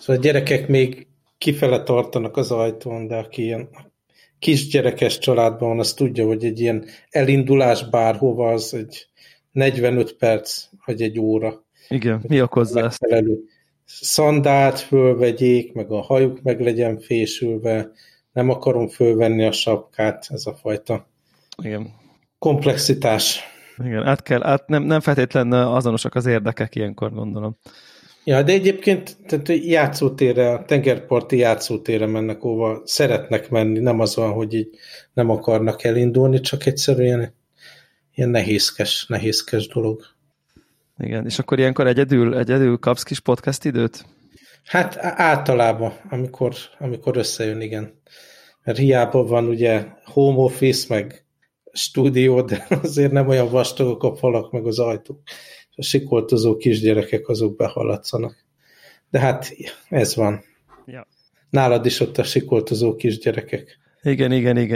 Szóval a gyerekek még kifele tartanak az ajtón, de aki ilyen kisgyerekes családban van, az tudja, hogy egy ilyen elindulás bárhova az egy 45 perc, vagy egy óra. Igen, mi okozza ezt? Szandált fölvegyék, meg a hajuk meg legyen fésülve, nem akarom fölvenni a sapkát, ez a fajta igen. komplexitás. Igen, nem feltétlenül azonosak az érdekek ilyenkor, gondolom. Ja, de egyébként tehát játszótérre, tengerparti játszótérre mennek, óva szeretnek menni, nem az van, hogy így nem akarnak elindulni, csak egyszerűen ilyen nehézkes dolog. Igen, és akkor ilyenkor egyedül kapsz kis podcast időt? Hát általában, amikor összejön, igen. Mert hiába van ugye home office, meg stúdió, de azért nem olyan vastagok a falak, meg az ajtók. A sikoltozó kisgyerekek azok behaladszanak. De hát ez van. Ja. Nálad is ott a sikoltozó kisgyerekek. Igen.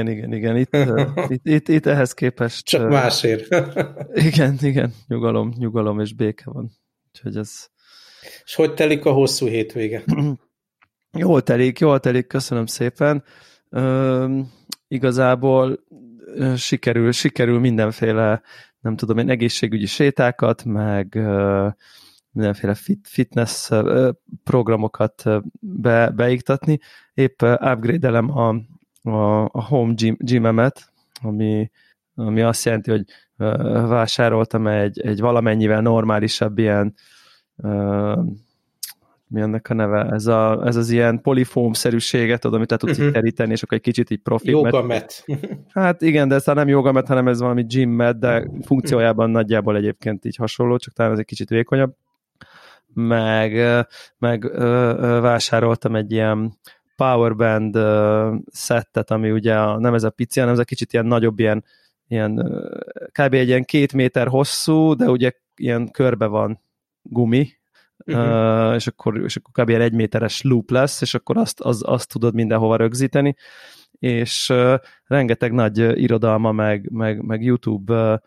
Itt ehhez képest... Csak másért. Igen. Nyugalom és béke van. Úgyhogy ez... És hogy telik a hosszú hétvége? Jól telik, köszönöm szépen. Igazából sikerül mindenféle, nem tudom én, egészségügyi sétákat, meg mindenféle fitness programokat beiktatni. Épp upgrade-elem a home gym-emet, ami azt jelenti, hogy vásároltam egy valamennyivel normálisabb ilyen mi ennek a neve? Ez az ilyen polifóm-szerűséget, amit tudsz így teríteni, és akkor egy kicsit így profi. Jogamet. Hát igen, de ez nem jogamet, hanem ez valami gym-met, de funkciójában nagyjából egyébként így hasonló, csak talán ez egy kicsit vékonyabb. Meg vásároltam egy ilyen powerband szettet, ami ugye nem ez a pici, hanem ez a kicsit ilyen nagyobb, ilyen kb. Egy ilyen 2 méter hosszú, de ugye ilyen körbe van gumi, és akkor kb. 1 méteres loop lesz, és akkor azt tudod mindenhova rögzíteni, és rengeteg nagy irodalma, meg YouTube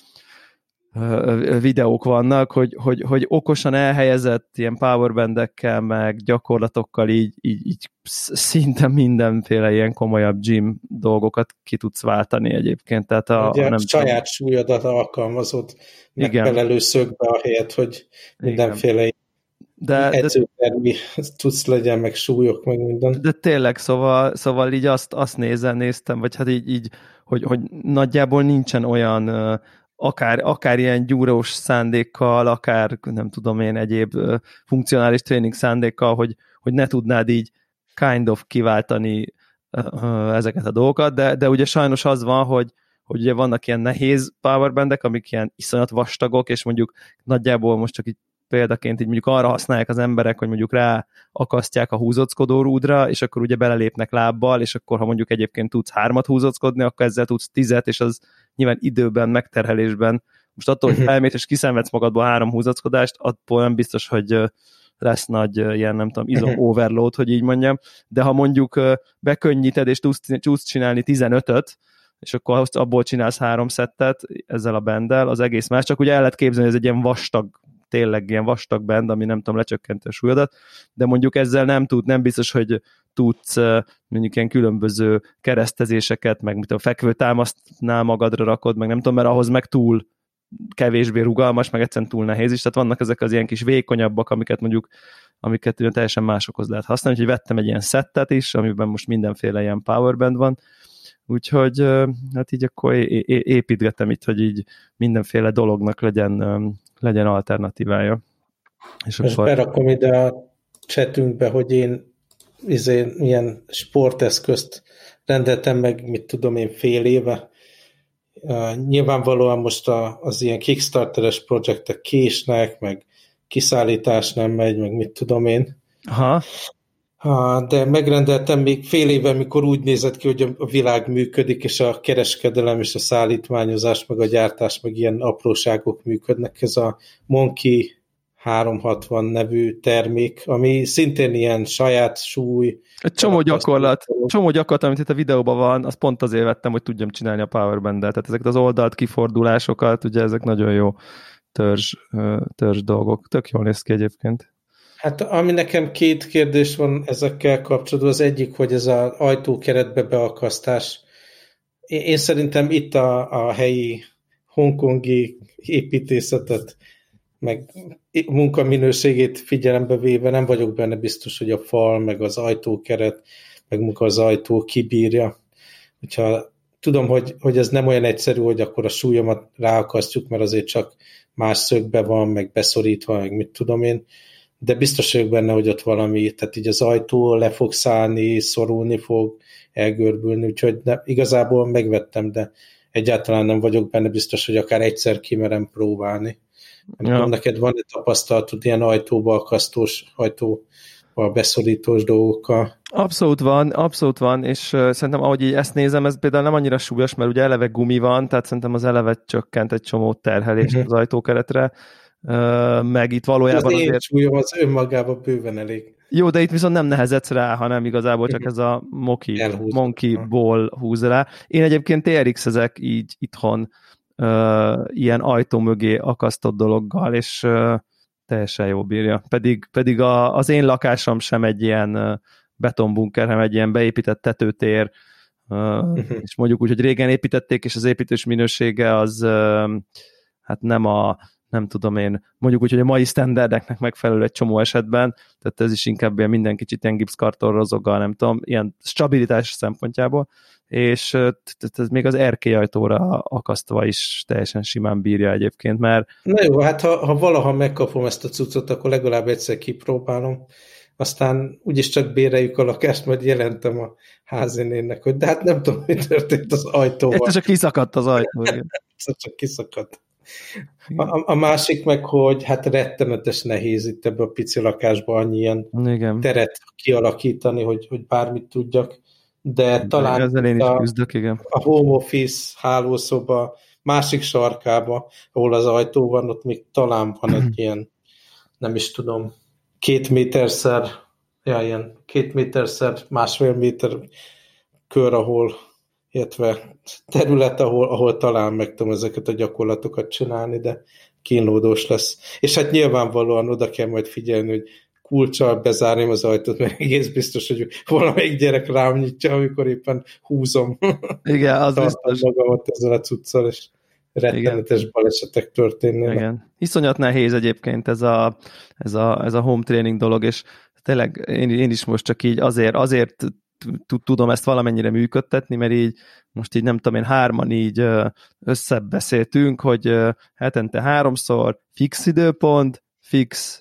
videók vannak, hogy okosan elhelyezett ilyen powerbandekkel, meg gyakorlatokkal így szinte mindenféle ilyen komolyabb gym dolgokat ki tudsz váltani egyébként. Tehát nem saját súlyodat alkalmazott megfelelő szögbe a helyet, hogy mindenféle edzőtermi tudsz legyen, meg súlyok, meg minden. De tényleg, szóval így azt néztem, vagy hát így hogy nagyjából nincsen olyan akár ilyen gyúrós szándékkal, akár nem tudom én egyéb funkcionális tréning szándékkal, hogy ne tudnád így kind of kiváltani ezeket a dolgokat, de ugye sajnos az van, hogy ugye vannak ilyen nehéz powerbandek, amik ilyen iszonyat vastagok, és mondjuk nagyjából most csak így példaként így mondjuk arra használják az emberek, hogy mondjuk rá akasztják a húzockodó rúdra, és akkor ugye belelépnek lábbal, és akkor ha mondjuk egyébként tudsz 3 húzockodni, akkor ezzel tudsz 10, és az nyilván időben, megterhelésben. Most attól, hogy elmész és kiszenvedsz magadból 3 húzockodást, attól nem biztos, hogy lesz nagy ilyen, nem tudom, izom overload, hogy így mondjam, de ha mondjuk bekönnyíted, és tudsz csinálni 15-öt, és akkor abból csinálsz 3 szettet ezzel a banddel, az egész más, csak ugye el lehet képzelni, hogy ez egy ilyen vastag, tényleg ilyen vastag band, ami nem tudom, lecsökkenti a súlyodat, de mondjuk ezzel nem biztos, hogy tudsz mondjuk ilyen különböző keresztezéseket, meg mit a fekvőtámasztnál magadra rakod, meg nem tudom, mert ahhoz meg túl kevésbé rugalmas, meg egyszerűen túl nehéz is, tehát vannak ezek az ilyen kis vékonyabbak, amiket teljesen másokhoz lehet használni, úgyhogy vettem egy ilyen szettet is, amiben most mindenféle ilyen powerband van, úgyhogy hát így akkor építgetem itt, hogy így mindenféle dolognak legyen alternatívája. És most berakom ide a chatünkbe, hogy én ilyen sporteszközt rendeltem meg, mit tudom én, fél éve. Nyilvánvalóan most az ilyen Kickstarteres projektek késnek, meg kiszállítás nem megy, meg mit tudom én. Aha. De megrendeltem még fél éve, mikor úgy nézett ki, hogy a világ működik, és a kereskedelem, és a szállítmányozás, meg a gyártás, meg ilyen apróságok működnek. Ez a Monkey 360 nevű termék, ami szintén ilyen saját súly. Egy csomó gyakorlat, amit itt a videóban van, azt pont azért vettem, hogy tudjam csinálni a powerband-del. Tehát ezeket az oldalt kifordulásokat, ugye ezek nagyon jó törzs dolgok. Tök jól néz ki egyébként. Hát ami nekem két kérdés van ezekkel kapcsolatban, az egyik, hogy ez az ajtókeretbe beakasztás. Én szerintem itt a helyi hongkongi építészetet, meg munkaminőségét figyelembe véve nem vagyok benne biztos, hogy a fal, meg az ajtókeret, meg munka az ajtó kibírja. Hogyha tudom, hogy ez nem olyan egyszerű, hogy akkor a súlyomat ráakasztjuk, mert azért csak más szögbe van, meg beszorítva, meg mit tudom én, de biztos vagyok benne, hogy ott valami, tehát így az ajtó le fog szállni, szorulni fog, elgörbülni, úgyhogy igazából megvettem, de egyáltalán nem vagyok benne biztos, hogy akár egyszer kimerem próbálni. Nem tudom, neked van-e tapasztalatod ilyen ajtóba akasztós, ajtóba beszorítós dolgokkal? Abszolút van, és szerintem ahogy így ezt nézem, ez például nem annyira súlyos, mert ugye eleve gumi van, tehát szerintem az eleve csökkent egy csomó terhelést az ajtókeretre, meg itt valójában az én súlyom az önmagában bőven elég. Jó, de itt viszont nem nehezedsz rá, hanem igazából csak ez a monkey ball húz rá. Én egyébként TRX-ezek így itthon ilyen ajtó mögé akasztott dologgal, és teljesen jó bírja. Pedig az én lakásom sem egy ilyen betonbunker, hanem egy ilyen beépített tetőtér, és mondjuk úgy, hogy régen építették, és az építés minősége az hát nem tudom én, mondjuk úgy, hogy a mai standardeknek megfelelő egy csomó esetben, tehát ez is inkább ilyen minden kicsit ilyen gipszkarton rozoggal, nem tudom, ilyen stabilitás szempontjából, és ez még az erkélyajtóra akasztva is teljesen simán bírja egyébként, mert... Na jó, hát ha valaha megkapom ezt a cuccot, akkor legalább egyszer kipróbálom, aztán úgyis csak béreljük a lakást, majd jelentem a házinénnek, hogy de hát nem tudom, mi történt az ajtóval. Ez csak kiszakadt az ajtó. Csak kiszakadt. A másik meg, hogy hát rettenetes nehéz itt ebbe a pici lakásba annyi ilyen teret kialakítani, hogy bármit tudjak, de talán ezzel én is küzdök, igen. A home office hálószoba másik sarkába, ahol az ajtó van, ott még talán van egy ilyen, nem is tudom, 2 méterszer, ilyen 2 méterszer, 1,5 méter kör, ahol illetve terület, ahol talán meg tudom ezeket a gyakorlatokat csinálni, de kínlódós lesz. És hát nyilvánvalóan oda kell majd figyelni, hogy kulccsal bezárném az ajtót, mert egész biztos, hogy valamelyik gyerek rám nyitja, amikor éppen húzom. Igen, az biztos. Magamat ezzel a cuccal, és rettenetes balesetek történnének. Igen. Iszonyat nehéz egyébként ez a home training dolog, és tényleg én is most csak így azért tudom ezt valamennyire működtetni, mert így most így nem tudom én 3-an így összebeszéltünk, hogy hetente 3-szor fix időpont, fix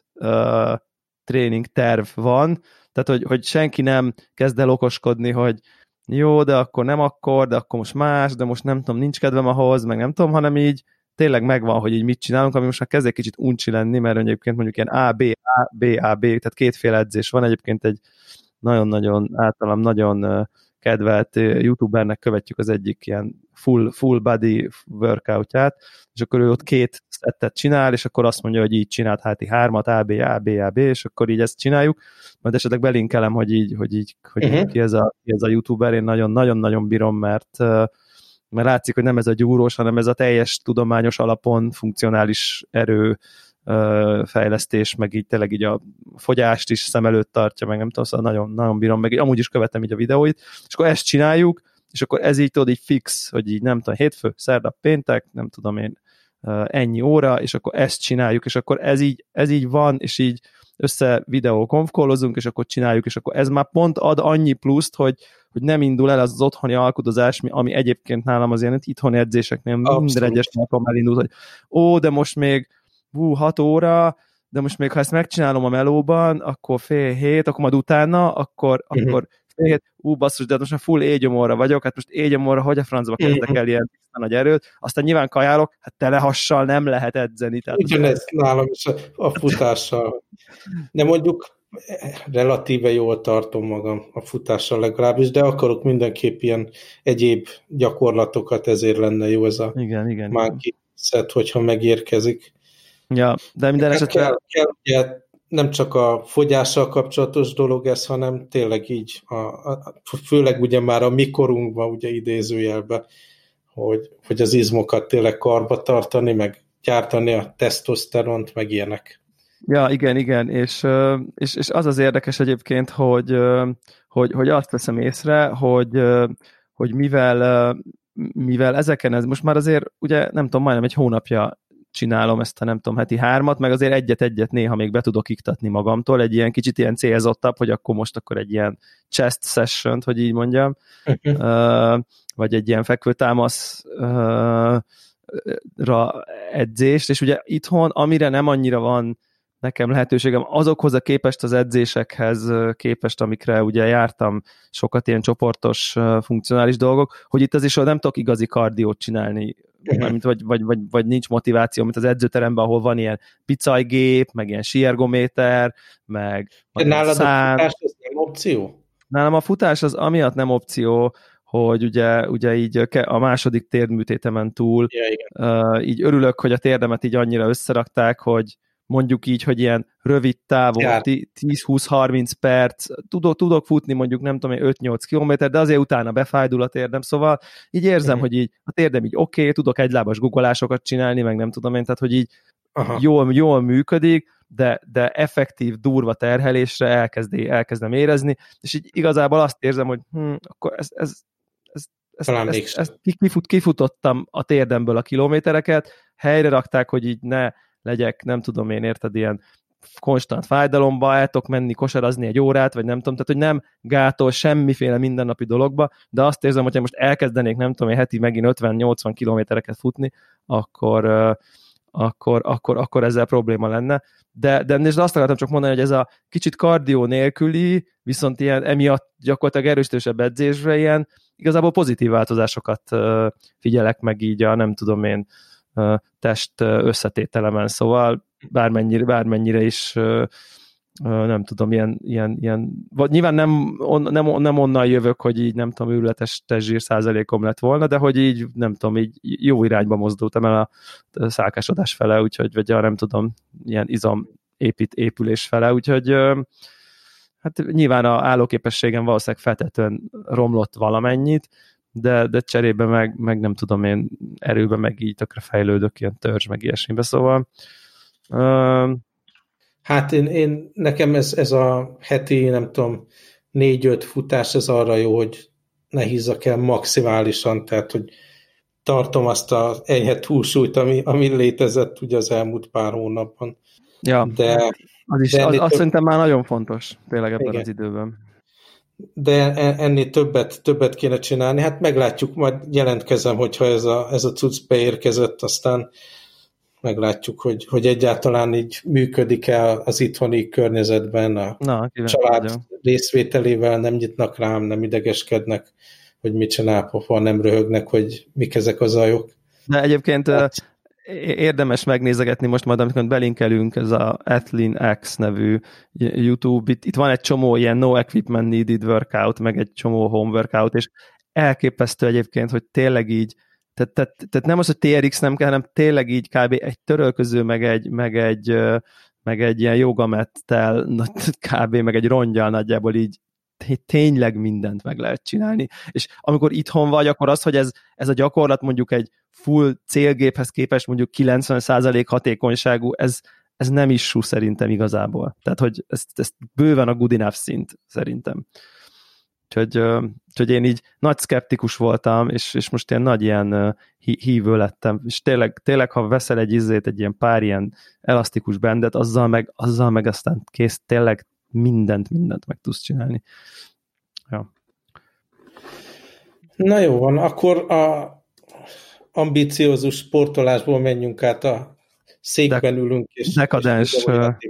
tréning terv van, tehát hogy senki nem kezd el okoskodni, hogy jó, de akkor nem akkor, de akkor most más, de most nem tudom, nincs kedvem ahhoz, meg nem tudom, hanem így tényleg megvan, hogy így mit csinálunk, ami most már kezd egy kicsit uncsi lenni, mert egyébként mondjuk ilyen A, B, tehát kétféle edzés van, egyébként egy nagyon-nagyon általam nagyon kedvelt youtubernek követjük az egyik ilyen full body workoutját, és akkor ő ott 2 szettet csinál, és akkor azt mondja, hogy így csinált háti 3-at, A, B, és akkor így ezt csináljuk, majd esetleg belinkelem, hogy ki ez a youtuber, én nagyon-nagyon bírom, mert látszik, hogy nem ez a gyúrós, hanem ez a teljes tudományos alapon funkcionális erő fejlesztés, meg így tényleg így a fogyást is szem előtt tartja, meg nem tudom, szóval nagyon, nagyon bírom, meg amúgy is követem így a videóit, és akkor ezt csináljuk, és akkor ez így tudod, így fix, hogy így nem tudom, hétfő, szerda, péntek, nem tudom én, ennyi óra, és akkor ezt csináljuk, és akkor ez így van, és így össze videó konfkollozunk, és akkor csináljuk, és akkor ez már pont ad annyi pluszt, hogy nem indul el az otthoni alkudozás, ami egyébként nálam az ilyen itthoni edzéseknél minden egyes napon elindult, hogy de most még 6 óra, de most még ha ezt megcsinálom a melóban, akkor 6:30, akkor majd utána, akkor 6:30, basszus, de most már full éjgyomorra vagyok, hát most éjgyomorra, hogy a francba kezdek el ilyen tisztán nagy erőt, aztán nyilván kajálok, hát telehassal nem lehet edzeni. Ugyanez nálam is a futással. De mondjuk relatíve jól tartom magam a futással legalábbis, de akarok mindenképp ilyen egyéb gyakorlatokat, ezért lenne jó ez a monkey set, hogyha megérkezik. Ja, de minden esetben... Kell, nem csak a fogyással kapcsolatos dolog ez, hanem tényleg így, főleg ugye már a mi korunkban, ugye idézőjelben, hogy az izmokat tényleg karba tartani, meg gyártani a tesztoszteront, meg ilyenek. Ja, igen, és az az érdekes egyébként, hogy azt veszem észre, hogy mivel ezeken, ez most már azért, ugye nem tudom, majdnem egy hónapja csinálom ezt a nem tudom, heti 3, meg azért egyet néha még be tudok iktatni magamtól, egy ilyen kicsit ilyen célzottabb, hogy akkor egy ilyen chest session, hogy így mondjam, vagy egy ilyen fekvőtámaszra edzést, és ugye itthon, amire nem annyira van nekem lehetőségem, azokhoz a képest az edzésekhez képest, amikre ugye jártam sokat ilyen csoportos funkcionális dolgok, hogy itt az is nem tudok igazi kardiót csinálni, vagy nincs motiváció, mint az edzőteremben, ahol van ilyen pizzajgép, meg ilyen siergométer, meg nálad szám. A futás az nem opció? Nálam a futás az amiatt nem opció, hogy ugye így a második térdműtétemen túl így örülök, hogy a térdemet így annyira összerakták, hogy mondjuk így, hogy ilyen rövid távon, 10-20-30 perc, tudok futni mondjuk nem tudom, 5-8 kilométer, de azért utána befájdul a térdem, szóval így érzem, hogy így a térdem így oké, tudok egylábas guggolásokat csinálni, meg nem tudom én, tehát hogy így jól működik, de effektív, durva terhelésre elkezdem érezni, és így igazából azt érzem, hogy akkor ezt kifutottam a térdemből a kilométereket, helyre rakták, hogy így ne legyek, nem tudom én, érted, ilyen konstant fájdalomba, el tudok menni kosarazni egy órát, vagy nem tudom, tehát hogy nem gátol semmiféle mindennapi dologba, de azt érzem, hogyha most elkezdenék, nem tudom én, heti megint 50-80 kilométereket futni, akkor ezzel probléma lenne. De azt akartam csak mondani, hogy ez a kicsit kardió nélküli, viszont ilyen emiatt gyakorlatilag erősítősebb edzésre ilyen igazából pozitív változásokat figyelek meg így a nem tudom én test összetételemen, szóval bármennyire is nem tudom, ilyen vagy nyilván nem onnan jövök, hogy így nem tudom, őrületes testzsír százalékom lett volna, de hogy így nem tudom, így jó irányba mozdultam el a szálkásodás fele, úgyhogy vagy nem tudom, ilyen izom épülés fele, úgyhogy hát nyilván a állóképességem valószínűleg feltétlenül romlott valamennyit, de cserébe meg nem tudom én erőben meg így tökre fejlődök ilyen törzs, meg ilyesmibe, szóval hát nekem ez a heti, nem tudom, 4-5 futás, ez arra jó, hogy ne hízzak el maximálisan, tehát, hogy tartom azt az enyhe túlsúlyt, ami létezett ugye az elmúlt pár hónapban. Ja, azt szerintem már nagyon fontos, tényleg ebben az időben. De ennél többet kéne csinálni. Hát meglátjuk, majd jelentkezem, hogyha ez a cucc beérkezett, aztán meglátjuk, hogy egyáltalán így működik-e az itthoni környezetben, a család részvételével, nem nyitnak rám, nem idegeskednek, hogy mit csinál papa, nem röhögnek, hogy mik ezek a zajok. De egyébként érdemes megnézegetni most majd, amikor belinkelünk, ez a Athlean X nevű YouTube, itt van egy csomó ilyen no equipment needed workout, meg egy csomó home workout, és elképesztő egyébként, hogy tényleg így, tehát nem az, hogy TRX nem kell, hanem tényleg így kb. Egy törölköző, meg egy ilyen jogamettel, kb. Meg egy rongyal nagyjából így tényleg mindent meg lehet csinálni. És amikor itthon vagy, akkor az, hogy ez a gyakorlat mondjuk egy full célgéphez képest mondjuk 90% hatékonyságú, ez nem issú szerintem igazából. Tehát, hogy ez bőven a good enough szint szerintem. Úgyhogy én így nagy szkeptikus voltam, és most ilyen nagy ilyen hívő lettem, és tényleg ha veszel egy ilyen pár ilyen elasztikus bendet, azzal meg aztán kész, tényleg mindent meg tudsz csinálni. Ja. Na jó van, akkor a ambiciózus sportolásból menjünk át a székben ülünk, és dekadens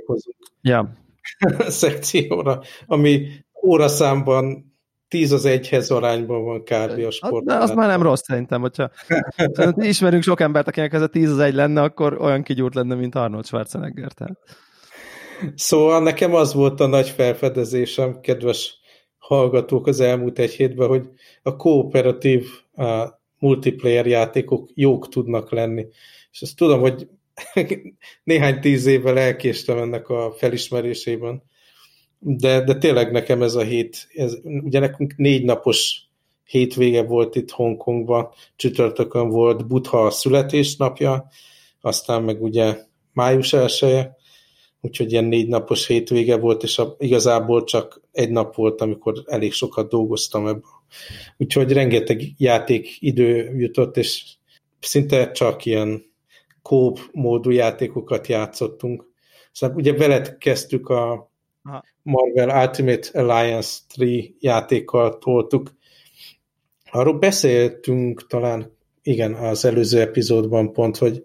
szekcióra, ami óraszámban 10-1-hez arányban van kb. A sportolás. Az már nem rossz szerintem, hogyha ismerünk sok embert, akinek ez a 10-1 lenne, akkor olyan kigyúrt lenne, mint Arnold Schwarzenegger. Tehát. Szóval nekem az volt a nagy felfedezésem, kedves hallgatók, az elmúlt egy hétben, hogy a kooperatív multiplayer játékok jók tudnak lenni. És ezt tudom, hogy néhány 10 évvel elkéstem ennek a felismerésében. De tényleg nekem ez a hét, ugye nekünk 4 napos hétvége volt itt Hongkongban, csütörtökön volt Buddha születésnapja, aztán meg ugye május 1-e, úgyhogy ilyen 4 napos hétvége volt, és igazából csak egy nap volt, amikor elég sokat dolgoztam ebben. Úgyhogy rengeteg játékidő jutott, és szinte csak ilyen co-op módú játékokat játszottunk. Szóval ugye veled kezdtük a Marvel Ultimate Alliance 3 játékkal toltuk. Arról beszéltünk talán, igen, az előző epizódban pont, hogy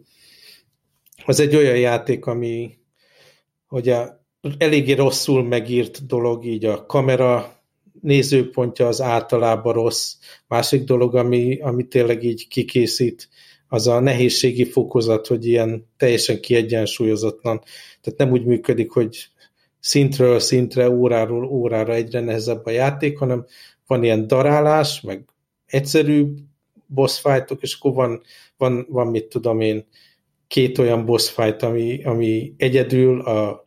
az egy olyan játék, ami hogy eléggé rosszul megírt dolog, így a kamera nézőpontja az általában rossz. Másik dolog, ami tényleg így kikészít, az a nehézségi fokozat, hogy ilyen teljesen kiegyensúlyozatlan. Tehát nem úgy működik, hogy szintről szintre, óráról órára egyre nehezebb a játék, hanem van ilyen darálás, meg egyszerű boss fightok, és akkor van mit tudom én, 2 olyan boss fight, ami egyedül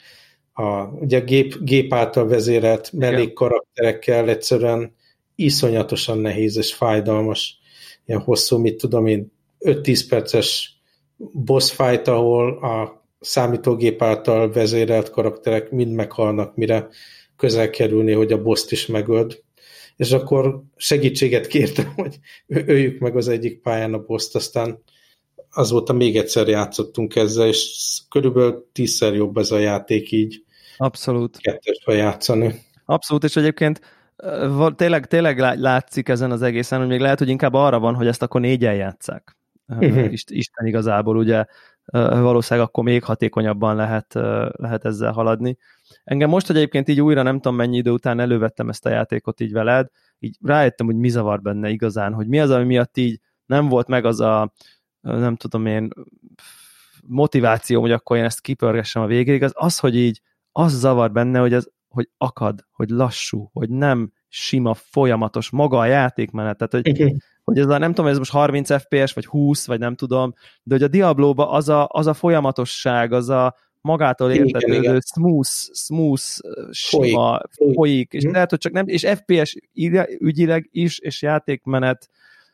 ugye a gép által vezérelt mellékkarakterekkel egyszerűen iszonyatosan nehéz és fájdalmas. Ilyen hosszú, mit tudom én, 5-10 perces boss fight, ahol a számítógép által vezérelt karakterek mind meghalnak, mire közel kerülni, hogy a bosst is megöld. És akkor segítséget kértem, hogy öljük meg az egyik pályán a bosst, aztán azóta még egyszer játszottunk ezzel, és körülbelül 10-szer jobb ez a játék így. Abszolút. Kettesbe játszani. Abszolút, és egyébként tényleg látszik ezen az egészen, hogy még lehet, hogy inkább arra van, hogy ezt akkor 4-en játsszák. Isten igazából, ugye valószínűleg akkor még hatékonyabban lehet ezzel haladni. Engem most, hogy egyébként így újra nem tudom mennyi idő után elővettem ezt a játékot így veled, így rájöttem, hogy mi zavar benne igazán, hogy mi az, ami miatt így nem volt meg az a nem tudom én motiváció, hogy akkor én ezt kipörgessem a végéig, az, hogy így az zavar benne, hogy akad, hogy lassú, hogy nem sima, folyamatos maga a játékmenet, tehát hogy ez a, nem tudom, ez most 30 FPS, vagy 20, vagy nem tudom, de hogy a Diablo-ba az a folyamatosság, az a magától értetődő, smooth, sima, folyik, és lehet, hogy csak nem, és FPS ügyileg is, és játékmenet,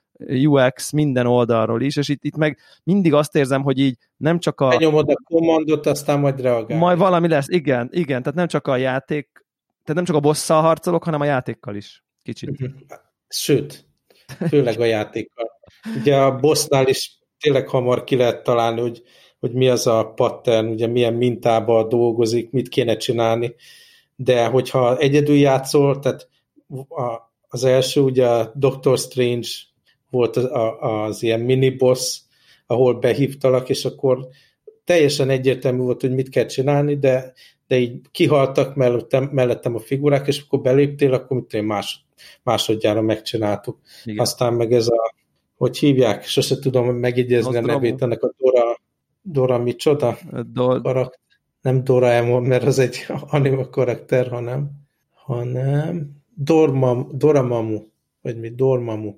UX minden oldalról is, és itt meg mindig azt érzem, hogy így nem csak a... Benyomod a kommandot, aztán majd reagál. Majd valami lesz, igen, tehát nem csak a játék, tehát nem csak a bosszal harcolok, hanem a játékkal is, kicsit. Sőt, főleg a játékkal. Ugye a bossnál is tényleg hamar ki lehet találni, hogy mi az a pattern, ugye milyen mintába dolgozik, mit kéne csinálni, de hogyha egyedül játszol, tehát az első ugye a Doctor Strange volt az ilyen mini-boss, ahol behívtalak, és akkor teljesen egyértelmű volt, hogy mit kell csinálni, de így kihaltak mellettem a figurák, és akkor beléptél, akkor mit másodjára megcsináltuk. Igen. Aztán meg ez hogy hívják, sose tudom megjegyezni a nevét, ennek a Dora micsoda? Nem Doraemon, mert az egy anime karakter, hanem Dormammu, vagy mi? Dormammu.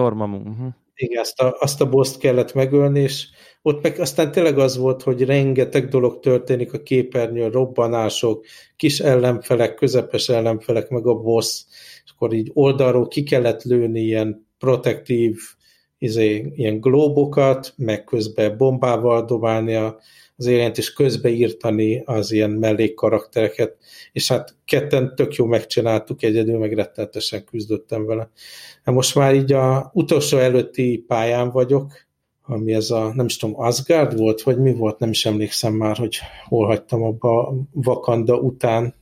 Igen, azt a boszt kellett megölni, és ott meg aztán tényleg az volt, hogy rengeteg dolog történik a képernyőn, robbanások, kis ellenfelek, közepes ellenfelek, meg a boss, és akkor így oldalról ki kellett lőni ilyen protektív ilyen glóbokat, meg közben bombával dobálni az élent, és közbeírtani az ilyen mellékkaraktereket, és hát ketten tök jó megcsináltuk, egyedül meg rettenetesen küzdöttem vele. Most már így a utolsó előtti pályán vagyok, ami ez nem is tudom, Asgard volt, vagy mi volt, nem is emlékszem már, hogy hol hagytam abba Wakanda után.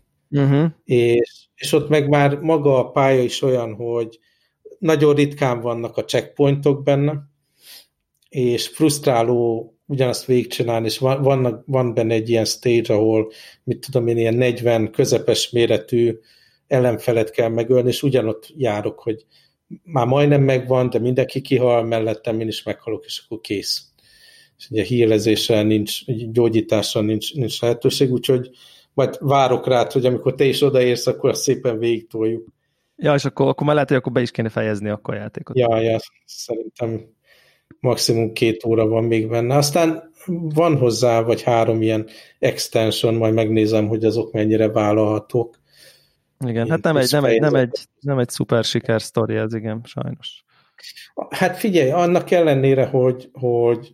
És ott meg már maga a pálya is olyan, hogy nagyon ritkán vannak a checkpointok benne, és frusztráló ugyanazt végigcsinálni, és van benne egy ilyen stage, ahol, mit tudom én, ilyen 40 közepes méretű ellenfelet kell megölni, és ugyanott járok, hogy már majdnem megvan, de mindenki kihal, mellettem én is meghalok, és akkor kész. És ugye hílezésre nincs, gyógyításra nincs lehetőség, úgyhogy majd várok rá, hogy amikor te is odaérsz, akkor azt szépen végigtoljuk. Ja, és akkor már lehet, hogy akkor be is kéne fejezni akkor a játékot. Ja, szerintem maximum 2 óra van még benne. Aztán van hozzá, vagy 3 ilyen extension, majd megnézem, hogy azok mennyire vállalhatók. Igen, hát nem egy szuper siker sztori ez, igen, sajnos. Hát figyelj, annak ellenére, hogy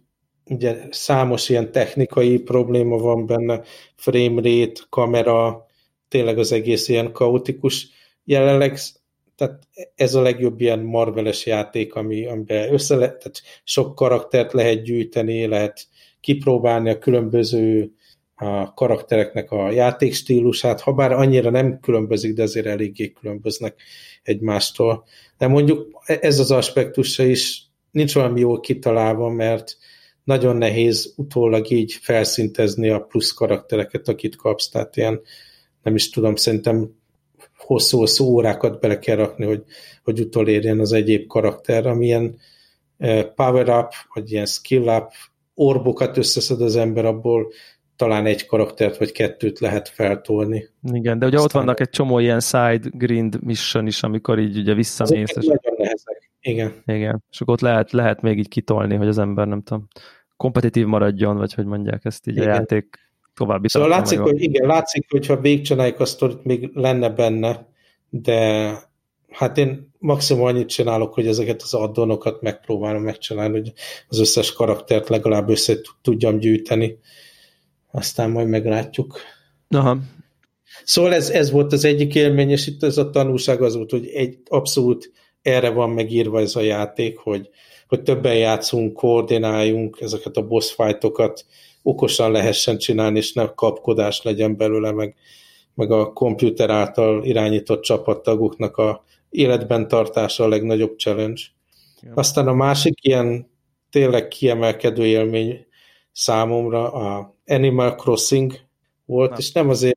ugye számos ilyen technikai probléma van benne, frame rate, kamera, tényleg az egész ilyen kaotikus. Jelenleg, tehát ez a legjobb ilyen Marveles játék, amiben tehát sok karaktert lehet gyűjteni, lehet kipróbálni a különböző karaktereknek a játékstílusát, ha bár annyira nem különbözik, de azért eléggé különböznek egymástól. De mondjuk ez az aspektusa is nincs valami jól kitalálva, mert nagyon nehéz utólag így felszintezni a plusz karaktereket, akit kapsz, tehát ilyen, nem is tudom, szerintem hosszú-hosszú órákat bele kell rakni, hogy utolérjen az egyéb karakter, amilyen power-up, vagy ilyen skill-up, orbokat összeszed az ember, abból talán egy karaktert vagy kettőt lehet feltolni. Igen, de ugye ott vannak egy csomó ilyen side grind mission is, amikor így ugye visszamész. És... nagyon nehezek. Igen. És akkor ott lehet még így kitolni, hogy az ember, nem tudom, kompetitív maradjon, vagy hogy mondják ezt így a játék további. Szóval látszik, hogyha végigcsináljuk a sztorit, még lenne benne, de hát én maximum annyit csinálok, hogy ezeket az addonokat megpróbálom megcsinálni, hogy az összes karaktert legalább össze tudjam gyűjteni. Aztán majd meglátjuk. Aha. Szóval ez volt az egyik élmény, és itt ez a tanulság az volt, hogy abszolút erre van megírva ez a játék, hogy többen játszunk, koordináljunk ezeket a boss fightokat, okosan lehessen csinálni, és ne kapkodás legyen belőle, meg a komputer által irányított csapattagoknak a életben tartása a legnagyobb challenge. Ja. Aztán a másik ilyen tényleg kiemelkedő élmény számomra a Animal Crossing volt, és nem azért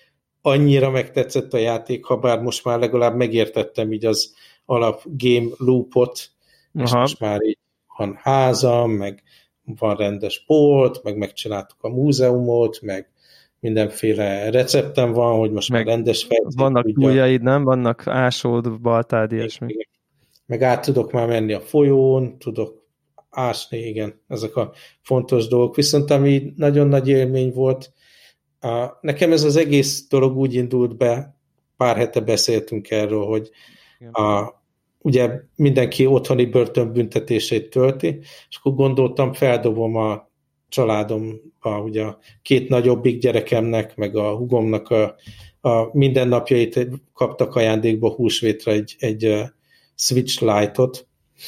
annyira megtetszett a játék, ha bár most már legalább megértettem így az alap game loopot, és most már így van házam, meg van rendes bolt, meg megcsináltuk a múzeumot, meg mindenféle receptem van, hogy most már rendes fejlesztés. Vannak ujjaid, nem? Vannak ásód, baltád, ilyesmi. Meg át tudok már menni a folyón, tudok ásni, igen, ezek a fontos dolgok. Viszont ami nagyon nagy élmény volt, nekem ez az egész dolog úgy indult be, pár hete beszéltünk erről, hogy ugye mindenki otthoni börtönbüntetését tölti, és akkor gondoltam, feldobom a családomba, ugye a két nagyobbik gyerekemnek, meg a hugomnak a mindennapjait kaptak ajándékba húsvétra egy Switch Lite-ot,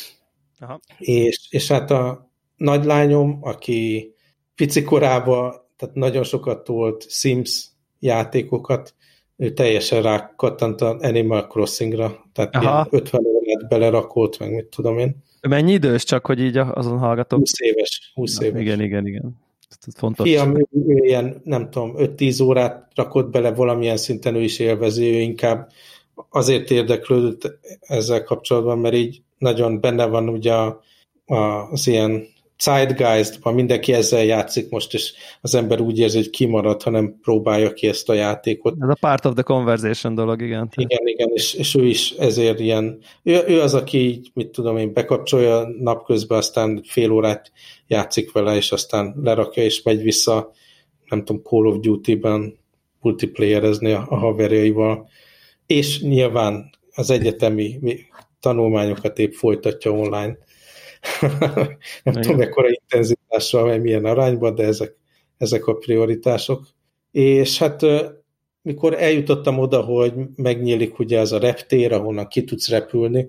és hát a nagylányom, aki pici korában, tehát nagyon sokat tolt Sims játékokat, ő teljesen rákattant az Animal Crossingra, tehát ilyen 50 órát belerakott, meg mit tudom én. Mennyi idős, csak hogy így azon hallgatok? 20 éves. Igen. Ez fontos. Fiam, ő ilyen, nem tudom, 5-10 órát rakott bele, valamilyen szinten ő is élvezi, ő inkább azért érdeklődött ezzel kapcsolatban, mert így nagyon benne van ugye az ilyen zeitgeistban, mindenki ezzel játszik most, és az ember úgy érzi, hogy kimarad, ha nem próbálja ki ezt a játékot. Ez a part of the conversation dolog, igen. Igen, és ő is ezért ilyen, ő az, aki, mit tudom én, bekapcsolja napközben, aztán fél órát játszik vele, és aztán lerakja, és megy vissza, nem tudom, Call of Duty-ben multiplayerezni a haverjaival, és nyilván az egyetemi tanulmányokat épp folytatja online. Nem tudom, mekkora intenzitással, vagy milyen arányban, de ezek a prioritások. És hát mikor eljutottam oda, hogy megnyílik ugye az a reptér, ahonnan ki tudsz repülni,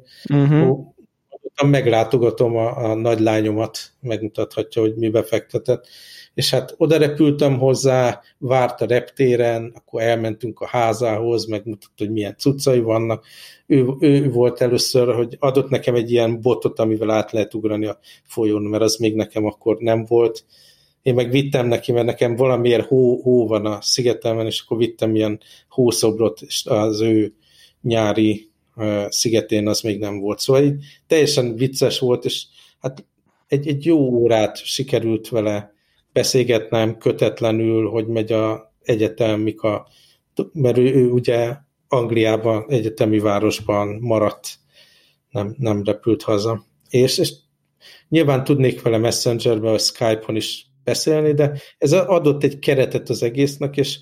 meglátogatom a nagylányomat, megmutathatja, hogy mibe fektetett, és hát oda repültem hozzá, várt a reptéren, akkor elmentünk a házához, megmutatta, hogy milyen cuccai vannak. Ő volt először, hogy adott nekem egy ilyen botot, amivel át lehet ugrani a folyón, mert az még nekem akkor nem volt. Én meg vittem neki, mert nekem valamiért hó van a szigetemen, és akkor vittem ilyen hószobrot, és az ő nyári szigetén az még nem volt. Szóval így teljesen vicces volt, és hát egy jó órát sikerült vele beszélgetnem kötetlenül, hogy megy az egyetem, mert ő ugye Angliában, egyetemi városban maradt, nem repült haza. És nyilván tudnék vele Messengerben, vagy Skype-on is beszélni, de ez adott egy keretet az egésznek, és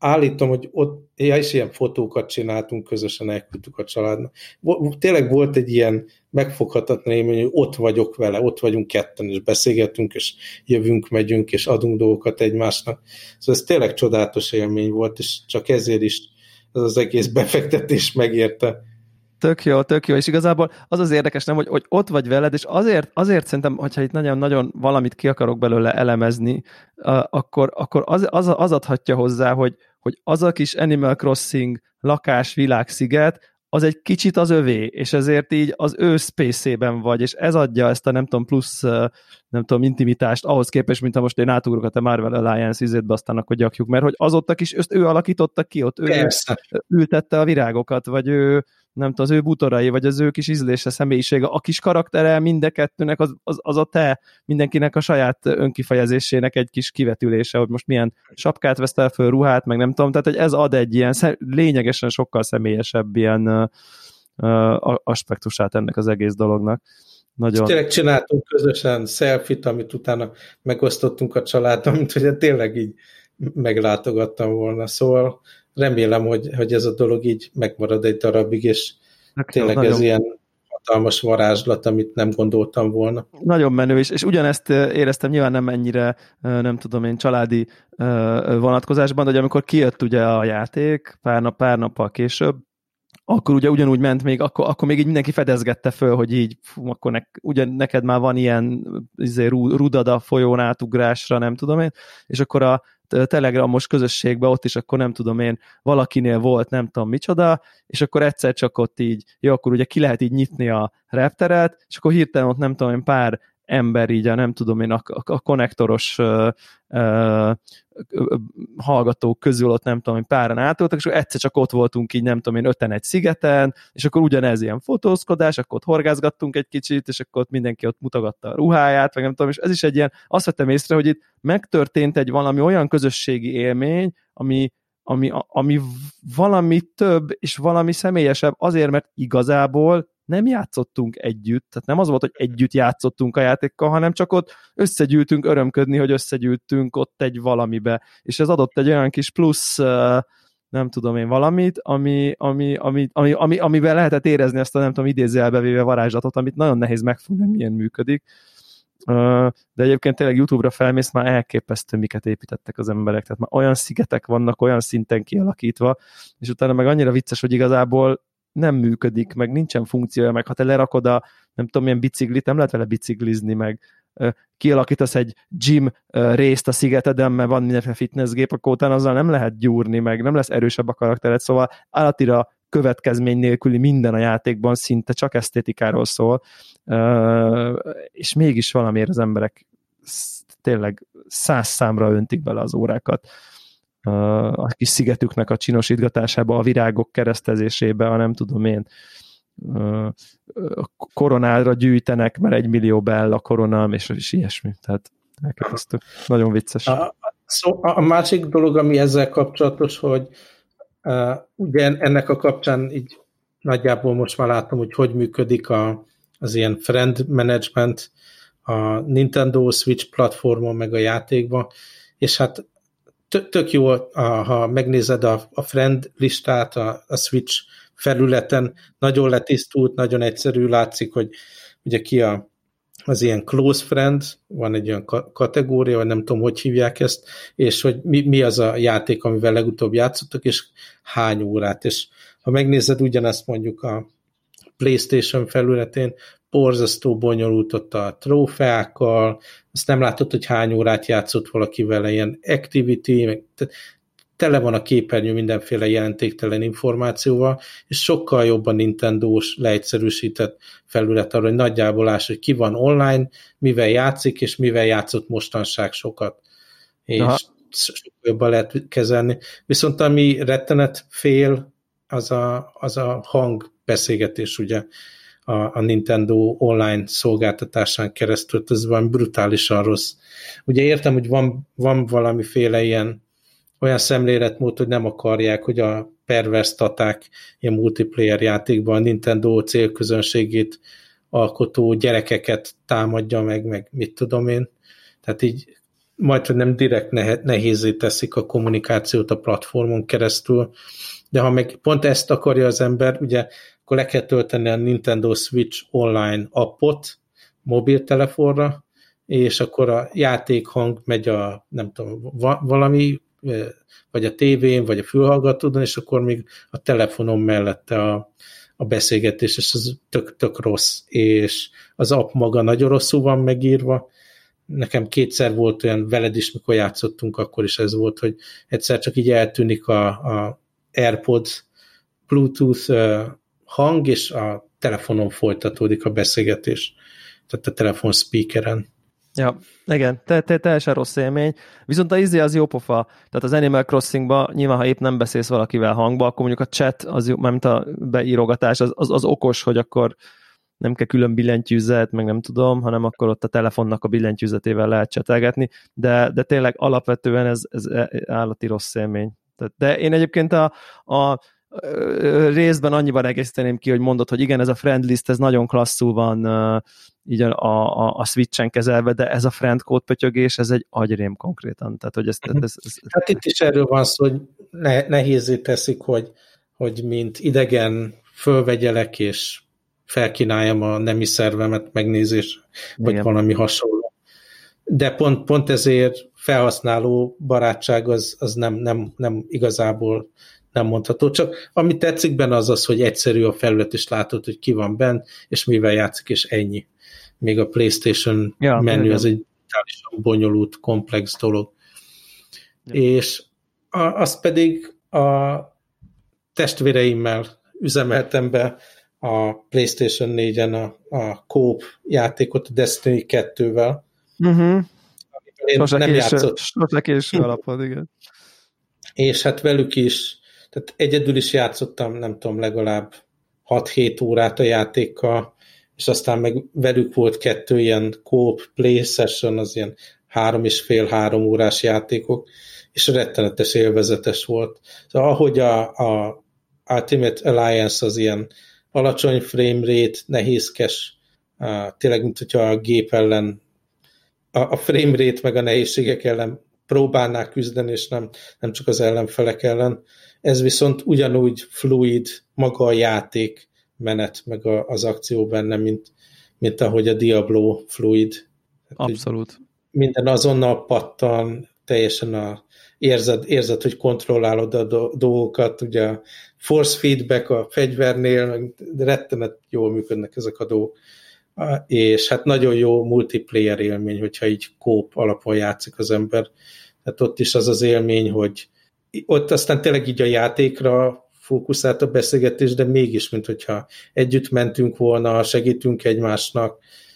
állítom, hogy ott, és ilyen fotókat csináltunk, közösen elküldtük a családnak. Tényleg volt egy ilyen megfoghatatlan élmény, hogy ott vagyok vele, ott vagyunk ketten, és beszélgetünk, és jövünk, megyünk, és adunk dolgokat egymásnak. Szóval ez tényleg csodálatos élmény volt, és csak ezért is ez az egész befektetés megérte. Tök jó, és igazából az érdekes, nem, hogy ott vagy veled, és azért szerintem, hogyha itt nagyon-nagyon valamit ki akarok belőle elemezni, akkor az adhatja hozzá, hogy az a kis Animal Crossing lakás, világsziget, az egy kicsit az övé, és ezért így az ő space-ében vagy, és ez adja ezt a nem tudom, plusz nem tudom, intimitást ahhoz képest, mint ha most én átugrok a te Marvel Alliance izétbe, aztán akkor gyakjuk, mert hogy azottak is, ezt ő alakította ki, ott ő ültette a virágokat, vagy ő nem tudom, az ő bútorai, vagy az ő kis ízlése, személyisége, a kis karaktere mindekettőnek az a te, mindenkinek a saját önkifejezésének egy kis kivetülése, hogy most milyen sapkát vesztel föl, ruhát, meg nem tudom, tehát hogy ez ad egy ilyen lényegesen sokkal személyesebb ilyen aspektusát ennek az egész dolognak. Nagyon. Tényleg csináltunk közösen selfie-t, amit utána megosztottunk a családdal, mint hogy tényleg így meglátogattam volna. Szóval remélem, hogy ez a dolog így megmarad egy darabig, és tényleg ez ilyen hatalmas varázslat, amit nem gondoltam volna. Nagyon menő, és ugyanezt éreztem nyilván nem ennyire, nem tudom én, családi vonatkozásban, de hogy amikor kijött ugye a játék pár nappal később, akkor ugye ugyanúgy ment még, akkor még így mindenki fedezgette föl, hogy így, akkor ugye neked már van ilyen rudad a folyón átugrásra, nem tudom én, és akkor a telegramos közösségben ott is akkor nem tudom én, valakinél volt nem tudom micsoda, és akkor egyszer csak ott így, jó, akkor ugye ki lehet így nyitni a repteret, és akkor hirtelen ott nem tudom én pár ember így a nem tudom én a konnektoros hallgatók közül ott nem tudom én páran átoltak, és akkor egyszer csak ott voltunk így nem tudom én 5-en egy szigeten, és akkor ugyanez ilyen fotózkodás, akkor ott horgászgattunk egy kicsit, és akkor ott mindenki ott mutogatta a ruháját, vagy nem tudom, és ez is egy ilyen, azt vettem észre, hogy itt megtörtént egy valami olyan közösségi élmény, ami valami több, és valami személyesebb, azért, mert igazából nem játszottunk együtt, tehát nem az volt, hogy együtt játszottunk a játékkal, hanem csak ott összegyűltünk örömködni, hogy összegyűltünk ott egy valamibe, és ez adott egy olyan kis plusz, nem tudom én valamit, amivel lehetett érezni ezt a nem tudom idézőjelbe véve varázslatot, amit nagyon nehéz megfogni, milyen működik. De egyébként tényleg YouTube-ra felmész, már elképesztő, miket építettek az emberek, tehát már olyan szigetek vannak, olyan szinten kialakítva, és utána meg annyira vicces, hogy igazából nem működik, meg nincsen funkciója, meg ha te lerakod a, nem tudom, milyen biciklit, nem lehet vele biciklizni, meg kialakítasz egy gym részt a szigeteden, mert van mindenféle fitnessgép, akkor utána azzal nem lehet gyúrni, meg nem lesz erősebb a karaktered, szóval állatira következmény nélküli minden a játékban szinte csak esztétikáról szól, és mégis valamiért az emberek tényleg 100 számra öntik bele az órákat a kis szigetüknek a csinosítgatásába, a virágok keresztezésébe, a nem tudom én, koronára gyűjtenek, mert 1 millió beáll a koronám, és ilyesmi. Tehát elképesztő. Nagyon vicces. A másik dolog, ami ezzel kapcsolatos, hogy ugye ennek a kapcsán így nagyjából most már látom, hogy működik az ilyen friend management a Nintendo Switch platformon, meg a játékban, és hát tök jó, ha megnézed a friend listát a Switch felületen, nagyon letisztult, nagyon egyszerű, látszik, hogy ugye ki az ilyen close friend, van egy olyan kategória, vagy nem tudom, hogy hívják ezt, és hogy mi az a játék, amivel legutóbb játszottak, és hány órát, és ha megnézed ugyanezt mondjuk a PlayStation felületén, borzasztó bonyolult ott a trófeákkal, azt nem látod, hogy hány órát játszott valaki vele, ilyen activity, tele van a képernyő mindenféle jelentéktelen információval, és sokkal jobb a Nintendo-s leegyszerűsített felület arra, hogy nagyjából láss, hogy ki van online, mivel játszik, és mivel játszott mostanság sokat. És sokkal jobban lehet kezelni. Viszont ami rettenet fél, az a hangbeszélgetés, ugye, a Nintendo online szolgáltatásán keresztül, ez van brutálisan rossz. Ugye értem, hogy van valamiféle olyan szemléletmód, hogy nem akarják, hogy a pervers taták ilyen multiplayer játékban a Nintendo célközönségét alkotó gyerekeket támadja meg mit tudom én. Tehát így majd, hogy nem direkt nehézé teszik a kommunikációt a platformon keresztül, de ha meg pont ezt akarja az ember, ugye, akkor le kell tölteni a Nintendo Switch online appot mobiltelefonra, és akkor a játékhang megy a, nem tudom, valami, vagy a tévén, vagy a fülhallgatódon, és akkor még a telefonon mellette a beszélgetés, és ez tök rossz, és az app maga nagyon rosszul van megírva. Nekem kétszer volt olyan veled is, mikor játszottunk, akkor is ez volt, hogy egyszer csak így eltűnik a AirPods Bluetooth hang, és a telefonon folytatódik a beszélgetés, tehát a telefon speakeren. Ja, igen, teljesen rossz élmény. Viszont a izé az jó pofa. Tehát az Animal Crossing-ba nyilván, ha épp nem beszélsz valakivel hangba, akkor mondjuk a chat, mármint a beírogatás, az okos, hogy akkor nem kell külön billentyűzet, meg nem tudom, hanem akkor ott a telefonnak a billentyűzetével lehet csetelgetni, de tényleg alapvetően ez állati rossz élmény. De én egyébként a részben annyiban egészíteném ki, hogy mondod, hogy igen, ez a friend list, ez nagyon klasszul van így a Switchen kezelve, de ez a friend code pötyögés, ez egy agyrém konkrétan. Tehát, hogy ez... Hát itt is erről van szó, hogy nehézé teszik, hogy mint idegen fölvegyelek, és felkínáljam a nemi szervemet megnézésre, vagy valami hasonló. De pont ezért felhasználó barátság az nem igazából nem mondható. Csak ami tetszik benne az, hogy egyszerű a felület, és látod, hogy ki van benne, és mivel játszik, és ennyi. Még a PlayStation menü az egy bonyolult, komplex dolog. Ja. És azt pedig a testvéreimmel üzemeltem be a PlayStation 4-en a co-op játékot, a Destiny 2-vel. Én nem játszott. Sose késő alapod, igen. És hát velük is, tehát egyedül is játszottam, nem tudom, legalább 6-7 órát a játékkal, és aztán meg velük volt 2 ilyen co-op play session, az ilyen 3,5-3 órás játékok, és rettenetes élvezetes volt. Szóval ahogy a Ultimate Alliance az ilyen alacsony frame rate, nehézkes, tényleg, mint hogyha a gép ellen, a frame rate meg a nehézségek ellen próbálnák küzdeni, és nem csak az ellenfelek ellen. Ez viszont ugyanúgy fluid, maga a játék menet, meg az akció benne, mint ahogy a Diablo fluid. Abszolút. Minden azonnal pattan, teljesen érzed, hogy kontrollálod a dolgokat, ugye a force feedback a fegyvernél, rettenet jól működnek ezek a dolgok. És hát nagyon jó multiplayer élmény, hogyha így co-op alapon játszik az ember. Tehát ott is az élmény, hogy ott aztán tényleg így a játékra fókuszált a beszélgetés, de mégis, mint hogyha együtt mentünk volna, segítünk egymásnak,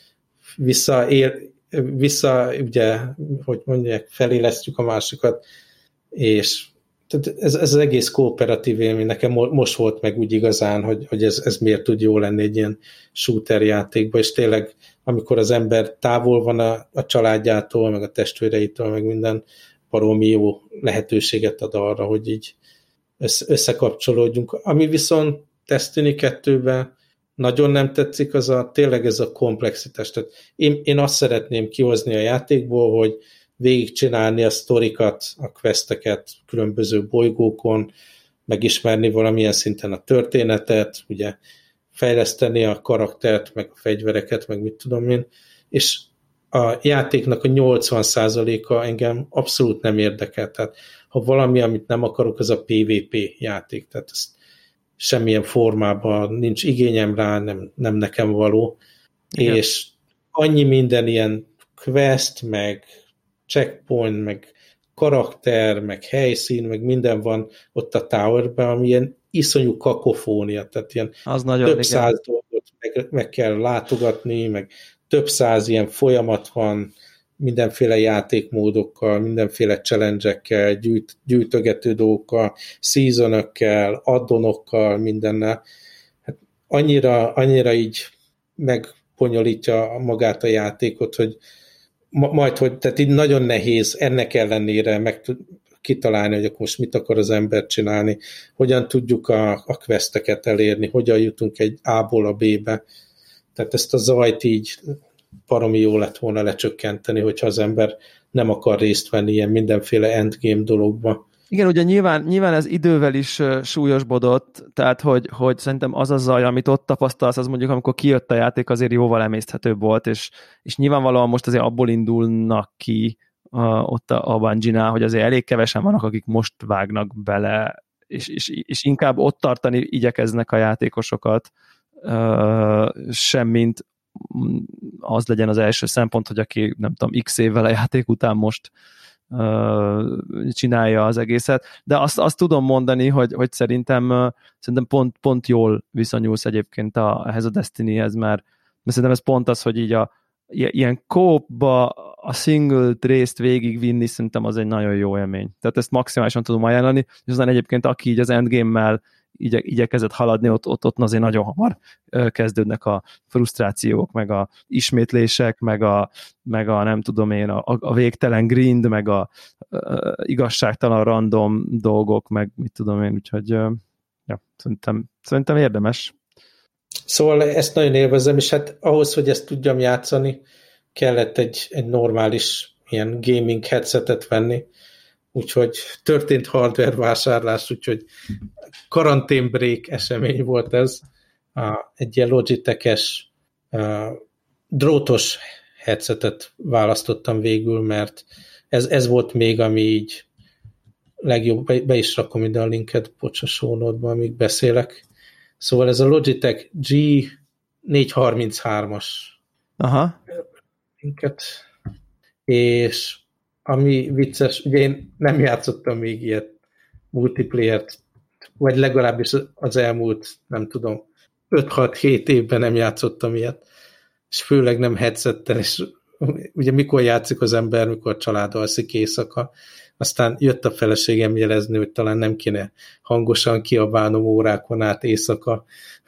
vissza ugye, hogy mondják, felélesztjük a másikat, és ez az egész kooperatív élmény nekem most volt meg úgy igazán, hogy ez miért tud jó lenni egy ilyen shooter játékban, és tényleg, amikor az ember távol van a családjától, meg a testvéreitől, meg minden, baromi jó lehetőséget ad arra, hogy így összekapcsolódjunk. Ami viszont Destiny 2-ben nagyon nem tetszik, tényleg ez a komplexitás. Tehát én azt szeretném kihozni a játékból, hogy végigcsinálni a sztorikat, a questeket különböző bolygókon, megismerni valamilyen szinten a történetet, ugye fejleszteni a karaktert, meg a fegyvereket, meg mit tudom én, és a játéknak a 80%-a engem abszolút nem érdekel. Tehát ha valami, amit nem akarok, az a PvP játék. Tehát ezt semmilyen formában nincs igényem rá, nem nekem való. Igen. És annyi minden ilyen quest, meg checkpoint, meg karakter, meg helyszín, meg minden van ott a Towerben, ami ilyen iszonyú kakofónia, tehát ilyen az nagyon, több száz dolgot meg kell látogatni, meg több száz ilyen folyamat van, mindenféle játékmódokkal, mindenféle challenge-ekkel, gyűjtögető dolgokkal, seasonökkel, addonokkal, mindennel. Hát annyira így megbonyolítja magát a játékot, hogy tehát így nagyon nehéz ennek ellenére kitalálni, hogy akkor most mit akar az ember csinálni, hogyan tudjuk a questeket elérni, hogyan jutunk egy A-ból a B-be. Tehát ezt a zajt így baromi jó lett volna lecsökkenteni, hogyha az ember nem akar részt venni ilyen mindenféle endgame dologba. Igen, ugye nyilván ez idővel is súlyosbodott, tehát hogy szerintem az a zaj, amit ott tapasztalsz, az mondjuk amikor kijött a játék, azért jóval emészthetőbb volt, és nyilvánvalóan most azért abból indulnak ki ott a Bungie-nál, hogy azért elég kevesen vannak, akik most vágnak bele, és inkább ott tartani igyekeznek a játékosokat, semmint az legyen az első szempont, hogy aki nem tudom, x évvel a játék után most csinálja az egészet, de azt tudom mondani, hogy szerintem pont jól viszonyulsz egyébként ehhez a Destinyhez, mert szerintem ez pont az, hogy így ilyen co-opba a single részt végigvinni, szerintem az egy nagyon jó élmény. Tehát ezt maximálisan tudom ajánlani, és aztán egyébként aki így az endgame-mel igyekezett haladni, ott azért nagyon hamar kezdődnek a frusztrációk, meg a ismétlések, meg a nem tudom én, a végtelen grind, meg a igazságtalan random dolgok, meg mit tudom én, úgyhogy ja, szerintem érdemes. Szóval ezt nagyon élvezem, és hát ahhoz, hogy ezt tudjam játszani, kellett egy normális ilyen gaming headsetet venni, úgyhogy történt hardware vásárlás, úgyhogy karanténbreak esemény volt ez. Egy ilyen Logitech-es drótos headsetet választottam végül, mert ez volt még, ami így legjobb, be is rakom ide a linket, bocs, a show note-ban, amíg beszélek. Szóval ez a Logitech G433-as linket, és ami vicces, ugye én nem játszottam még ilyet multiplayer-t, vagy legalábbis az elmúlt, nem tudom, 5-6-7 évben nem játszottam ilyet, és főleg nem headsettel, és ugye mikor játszik az ember, mikor a család alszik éjszaka, aztán jött a feleségem jelezni, hogy talán nem kéne hangosan kiabálnom órákon át éjszaka.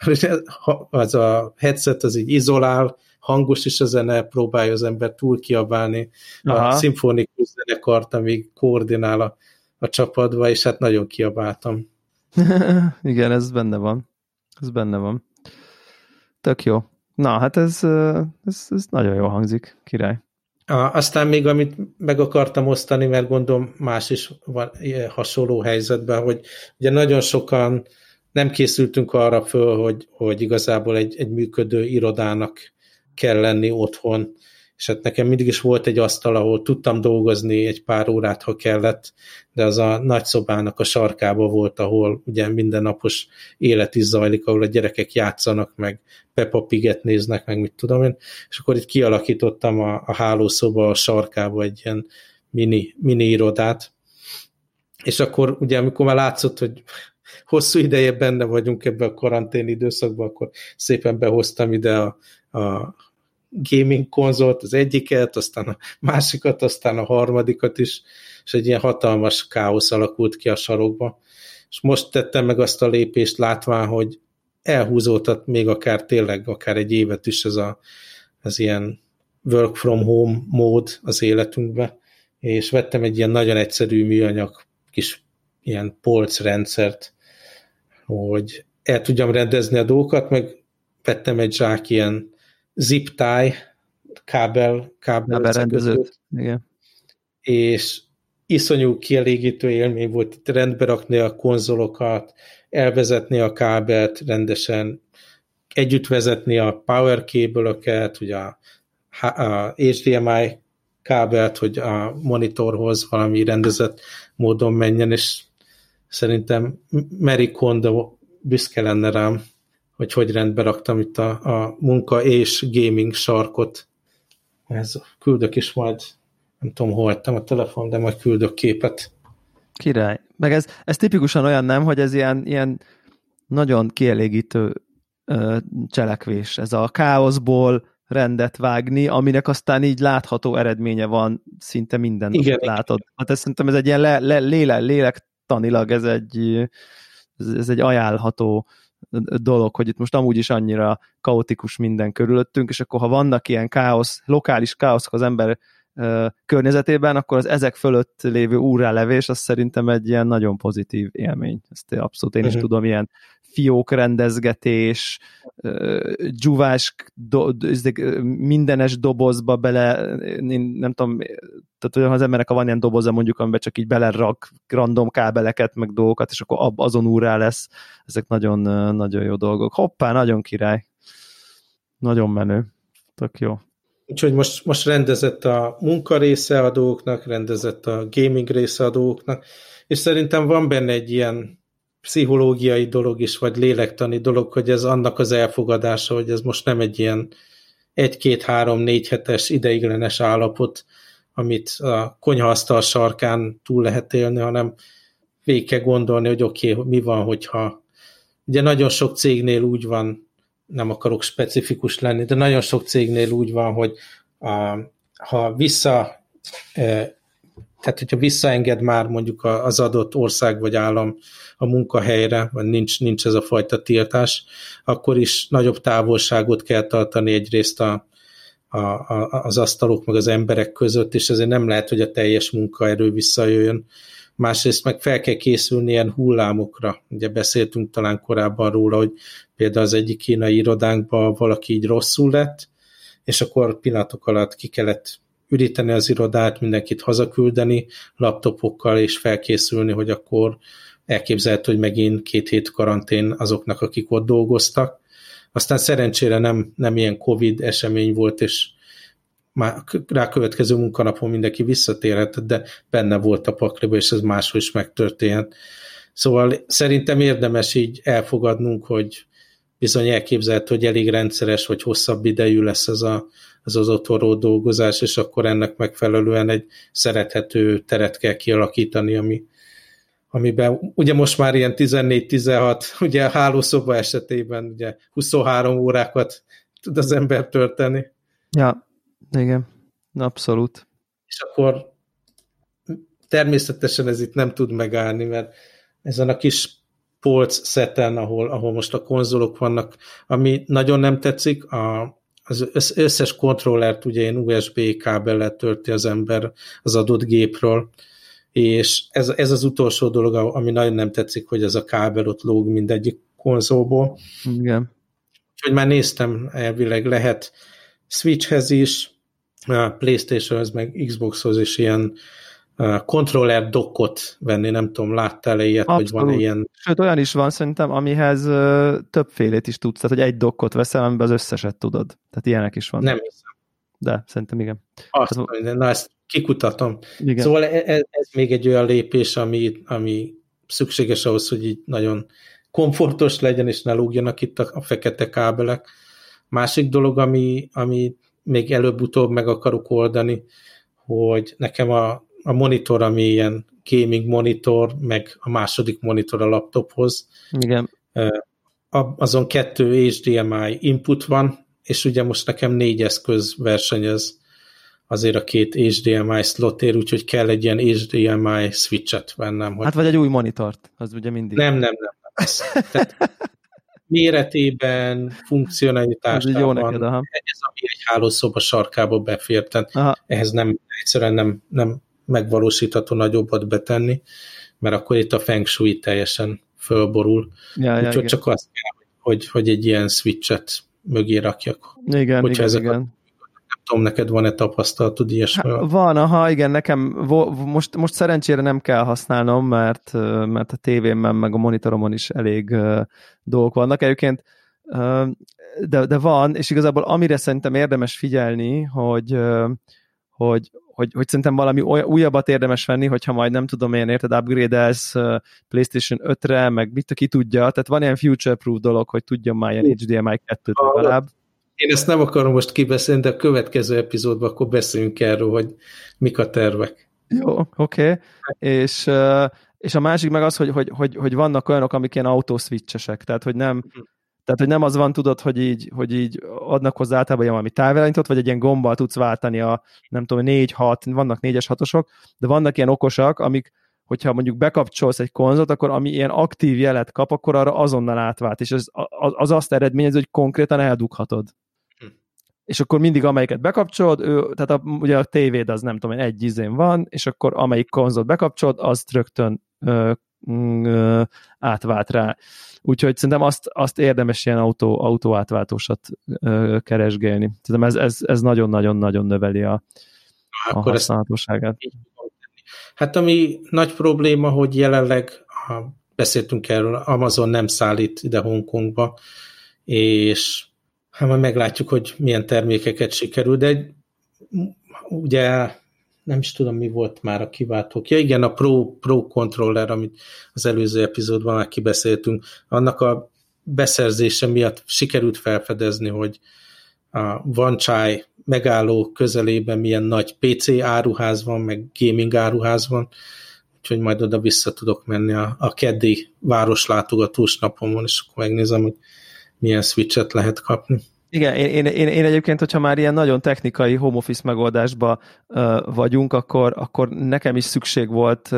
Az a headset az így izolál, hangos is a zene, próbálja az ember túl kiabálni. A szimfonikus zenekart, amíg koordinál a csapatba, és hát nagyon kiabáltam. Igen, ez benne van. Ez benne van. Tök jó. Na, hát ez nagyon jól hangzik, király. Aztán még amit meg akartam osztani, mert gondolom más is van hasonló helyzetben, hogy ugye nagyon sokan nem készültünk arra föl, hogy igazából egy működő irodának kell lenni otthon, és hát nekem mindig is volt egy asztal, ahol tudtam dolgozni egy pár órát, ha kellett, de az a nagyszobának a sarkába volt, ahol ugye mindennapos élet is zajlik, ahol a gyerekek játszanak, meg Peppa Piget néznek, meg mit tudom én, és akkor itt kialakítottam a hálószoba a sarkába egy ilyen mini irodát, és akkor ugye amikor már látszott, hogy hosszú ideje benne vagyunk ebben a karantén időszakban, akkor szépen behoztam ide a gaming konzolt, az egyiket, aztán a másikat, aztán a harmadikat is, és egy ilyen hatalmas káosz alakult ki a sarokba. És most tettem meg azt a lépést látván, hogy elhúzódhat még akár egy évet is ez ilyen work from home mód az életünkbe, és vettem egy ilyen nagyon egyszerű műanyag kis ilyen polcrendszert, hogy el tudjam rendezni a dolgokat, meg vettem egy zsák ilyen zip tie, kábel rendezőt, igen. És iszonyú kielégítő élmény volt itt rendbe rakni a konzolokat, elvezetni a kábelt rendesen, együtt vezetni a power cable-öket, ugye a HDMI kábelt, hogy a monitorhoz valami rendezett módon menjen, és szerintem Mary Kondo büszke lenne rám, hogy rendbe raktam itt a munka és gaming sarkot. Küldök is majd, nem tudom, hol hagytam a telefon, de majd küldök képet. Király. Meg ez tipikusan olyan, nem, hogy ez ilyen nagyon kielégítő cselekvés. Ez a káoszból rendet vágni, aminek aztán így látható eredménye van szinte minden napot látod. Hát szerintem ez egy ilyen lélektanilag ez egy ajánlható dolog, hogy itt most amúgy is annyira kaotikus minden körülöttünk, és akkor ha vannak ilyen lokális káoszok az ember környezetében, akkor az ezek fölött lévő úrrálevés, az szerintem egy ilyen nagyon pozitív élmény. Ezt abszolút én is tudom ilyen fiókrendezgetés, dzsuvás, mindenes dobozba bele, nem tudom, tehát az embernek van ilyen doboza mondjuk, amiben csak így belerak random kábeleket, meg dolgokat, és akkor azon úrrá lesz. Ezek nagyon, nagyon jó dolgok. Hoppá, nagyon király. Nagyon menő. Tök jó. Úgyhogy most rendezett a munka része a dolgoknak, rendezett a gaming része a dolgoknak, és szerintem van benne egy ilyen pszichológiai dolog is, vagy lélektani dolog, hogy ez annak az elfogadása, hogy ez most nem egy ilyen 1-2-3-4 hetes ideiglenes állapot, amit a konyhaasztal sarkán túl lehet élni, hanem végig kell gondolni, hogy oké, mi van, hogyha ugye nagyon sok cégnél úgy van, nem akarok specifikus lenni, de nagyon sok cégnél úgy van, hogy ha tehát hogyha visszaenged már mondjuk az adott ország vagy állam a munkahelyre, vagy nincs ez a fajta tiltás, akkor is nagyobb távolságot kell tartani egyrészt az asztalok meg az emberek között, és ezért nem lehet, hogy a teljes munkaerő visszajöjjön. Másrészt meg fel kell készülni ilyen hullámokra. Ugye beszéltünk talán korábban róla, hogy például az egyik kínai irodánkban valaki így rosszul lett, és akkor pillanatok alatt ki kellett üríteni az irodát, mindenkit hazaküldeni laptopokkal, és felkészülni, hogy akkor elképzelhető, hogy megint 2 hét karantén azoknak, akik ott dolgoztak. Aztán szerencsére nem ilyen Covid esemény volt, és már rákövetkező munkanapon mindenki visszatérhetett, de benne volt a pakliba, és ez máshol is megtörténhet. Szóval szerintem érdemes így elfogadnunk, hogy bizony elképzelhető, hogy elég rendszeres, vagy hosszabb idejű lesz az otthonról dolgozás, és akkor ennek megfelelően egy szerethető teret kell kialakítani, amiben ugye most már ilyen 14-16, ugye a hálószoba esetében ugye 23 órákat tud az ember tölteni. Ja, igen, abszolút. És akkor természetesen ez itt nem tud megállni, mert ezen a kis polc szeten, ahol most a konzolok vannak, ami nagyon nem tetszik, az összes kontrollert ugye én USB kábellel tölti az ember az adott gépről, és ez az utolsó dolog, ami nagyon nem tetszik, hogy ez a kábel ott lóg mindegyik konzolból. Igen. Úgyhogy már néztem, elvileg lehet Switchhez is, PlayStationhez, meg Xboxhoz is ilyen controller dockot venni, nem tudom, láttál-e ilyet, abszolút. Hogy van ilyen... Sőt, olyan is van szerintem, amihez többfélét is tudsz, tehát hogy egy dockot veszel, amiben az összeset tudod. Tehát ilyenek is van. Nem hiszem. De szerintem igen. Na ezt kikutatom. Igen. Szóval ez még egy olyan lépés, ami szükséges ahhoz, hogy így nagyon komfortos legyen, és ne lógjanak itt a fekete kábelek. Másik dolog, ami még előbb-utóbb meg akarok oldani, hogy nekem a monitor, ami ilyen gaming monitor, meg a második monitor a laptophoz. Igen. Azon 2 HDMI input van, és ugye most nekem 4 eszköz versenyez azért a 2 HDMI slotért, úgyhogy kell egy ilyen HDMI switchet vennem. Hogy... Hát vagy egy új monitort, az ugye mindig. Nem. Tehát méretében, funkcionalitásában, jó neked, aha. ez ami egy hálószoba sarkába befér, tehát ehhez egyszerűen nem megvalósítható nagyobbat betenni, mert akkor itt a feng shui teljesen fölborul. Úgyhogy csak azt kell, hogy egy ilyen switchet mögé rakjak. Igen. Nem tudom, neked van-e tapasztalatod ilyesmi? Van, igen, nekem most szerencsére nem kell használnom, mert a tévémben meg a monitoromon is elég dolgok vannak. Egyébként de van, és igazából amire szerintem érdemes figyelni, hogy szerintem valami újabbat érdemes venni, hogyha majd nem tudom én, érted, upgrade-elsz PlayStation 5-re, meg mit ki tudja, tehát van ilyen future-proof dolog, hogy tudjon már ilyen HDMI 2-t legalább. Én ezt nem akarom most kibeszélni, de a következő epizódban akkor beszéljünk erről, hogy mik a tervek. Jó, oké. És a másik meg az, hogy vannak olyanok, amik ilyen auto-switchesek, tehát hogy nem az van, tudod, hogy így adnak hozzá általában valami távirányítót, vagy egy ilyen gombbal tudsz váltani a, nem tudom, 4-6, vannak 4-es 6-osok, de vannak ilyen okosak, amik, hogyha mondjuk bekapcsolsz egy konzolt, akkor ami ilyen aktív jelet kap, akkor arra azonnal átvált, és az azt eredményez, hogy konkrétan eldughatod. És akkor mindig amelyiket bekapcsolod, tehát ugye a tévéd az nem tudom, egy izén van, és akkor amelyik konzolt bekapcsolod, az rögtön átvált rá. Úgyhogy szerintem azt érdemes ilyen autó átváltósat keresgélni. Szerintem ez nagyon-nagyon-nagyon növeli a használhatóságát. Hát ami nagy probléma, hogy jelenleg beszéltünk erről, Amazon nem szállít ide Hongkongba, és hát majd meglátjuk, hogy milyen termékeket sikerül, de ugye nem is tudom, mi volt már a kiváltók. Ja igen, a Pro Controller, amit az előző epizódban már kibeszéltünk, annak a beszerzése miatt sikerült felfedezni, hogy a Vanchai megálló közelében milyen nagy PC áruház van, meg gaming áruház van, úgyhogy majd oda vissza tudok menni a keddi városlátogatós napomon, és akkor megnézem, hogy milyen Switchet lehet kapni. Igen, én egyébként, hogyha már ilyen nagyon technikai home office megoldásba vagyunk, akkor nekem is szükség volt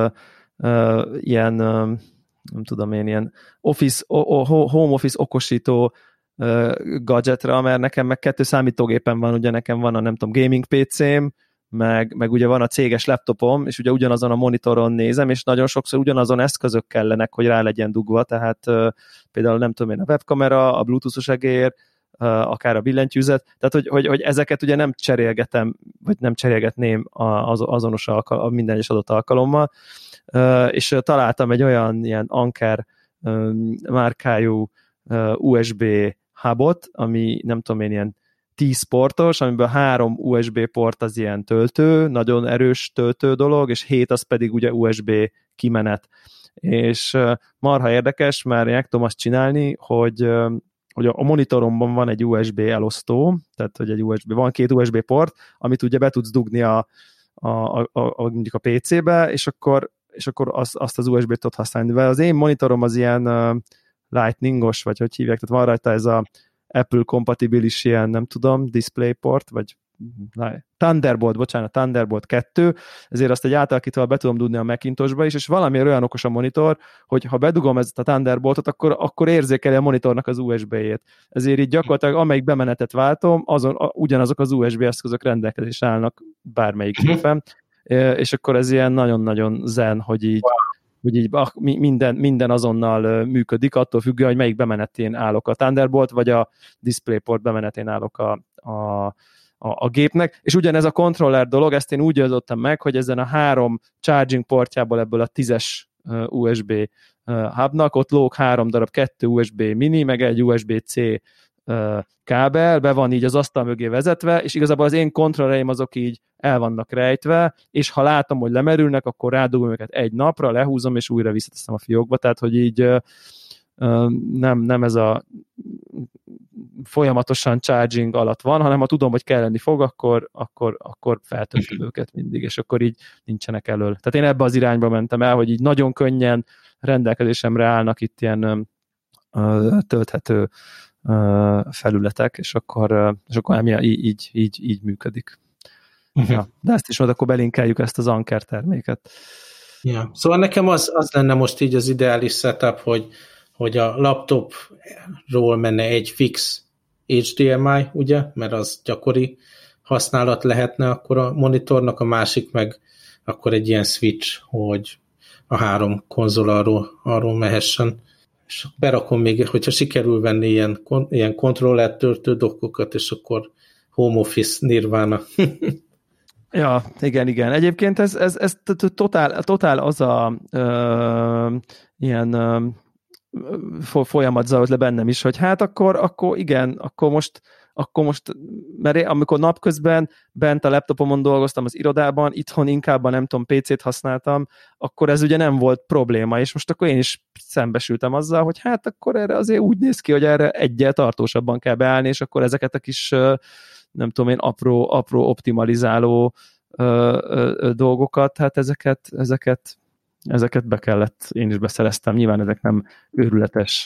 ilyen, nem tudom én, ilyen home office okosító gadgetra, mert nekem meg 2 számítógépem van, ugye nekem van a nem tudom, gaming PC-m, meg ugye van a céges laptopom, és ugye ugyanazon a monitoron nézem, és nagyon sokszor ugyanazon eszközök kellenek, hogy rá legyen dugva, tehát például nem tudom én, a webkamera, a bluetooth-os egér, akár a billentyűzet, tehát hogy ezeket ugye nem cserélgetem, vagy nem cserélgetném azonos minden egyes adott alkalommal, és találtam egy olyan ilyen Anker márkájú USB hubot, ami nem tudom én, ilyen 10 portos, amiből 3 USB port az ilyen töltő, nagyon erős töltő dolog, és 7 az pedig ugye USB kimenet. És marha érdekes, mert én tudom azt csinálni, hogy a monitoromban van egy USB elosztó, tehát hogy van 2 USB port, amit ugye be tudsz dugni mondjuk a PC-be, és akkor azt az USB-t tudod használni. De az én monitorom az ilyen lightningos, vagy hogy hívják, tehát van rajta ez a Apple kompatibilis ilyen, nem tudom, DisplayPort, vagy Thunderbolt 2, ezért azt egy átalakítóval be tudom dugni a Macintoshba is, és valamiért olyan okos a monitor, hogy ha bedugom ezt a Thunderboltot, akkor érzékeli a monitornak az USB-jét. Ezért így gyakorlatilag amelyik bemenetet váltom, ugyanazok az USB eszközök rendelkezésre állnak bármelyik gépen, és akkor ez ilyen nagyon-nagyon zen, hogy így minden azonnal működik, attól függően, hogy melyik bemenetén állok a Thunderbolt, vagy a DisplayPort bemenetén állok a gépnek, és ugyanez a controller dolog, ezt én úgy oldottam meg, hogy ezen a 3 charging portjából ebből a 10-es USB hubnak, ott lóg 3 darab, 2 USB mini, meg egy USB-C kábel, be van így az asztal mögé vezetve, és igazából az én kontrollereim azok így el vannak rejtve, és ha látom, hogy lemerülnek, akkor rádugom őket egy napra, lehúzom, és újra visszateszem a fiókba, tehát hogy így nem ez a folyamatosan charging alatt van, hanem ha tudom, hogy kelleni fog, akkor feltöltöm őket mindig, és akkor így nincsenek elől. Tehát én ebbe az irányba mentem el, hogy így nagyon könnyen rendelkezésemre állnak itt ilyen tölthető felületek, és akkor így működik. Ja, de ezt is majd akkor belinkeljük ezt az Anker terméket. Ja. Szóval nekem az lenne most így az ideális setup, hogy a laptopról menne egy fix HDMI, ugye, mert az gyakori használat lehetne akkor a monitornak, a másik meg akkor egy ilyen switch, hogy a 3 konzol arról mehessen. És berakom még, hogyha sikerül venni ilyen kontrollert töltő dokkokat, és akkor home office nirvana. Ja, igen. Egyébként ez totál az a ilyen folyamat zajlott le bennem is, hogy hát akkor igen, akkor most, mert én, amikor napközben bent a laptopomon dolgoztam az irodában, itthon inkább nem tudom, PC-t használtam, akkor ez ugye nem volt probléma, és most akkor én is szembesültem azzal, hogy hát akkor erre azért úgy néz ki, hogy erre egyel tartósabban kell beállni, és akkor ezeket a kis, nem tudom én, apró optimalizáló dolgokat, hát ezeket be kellett, én is beszereztem, nyilván ezek nem őrületes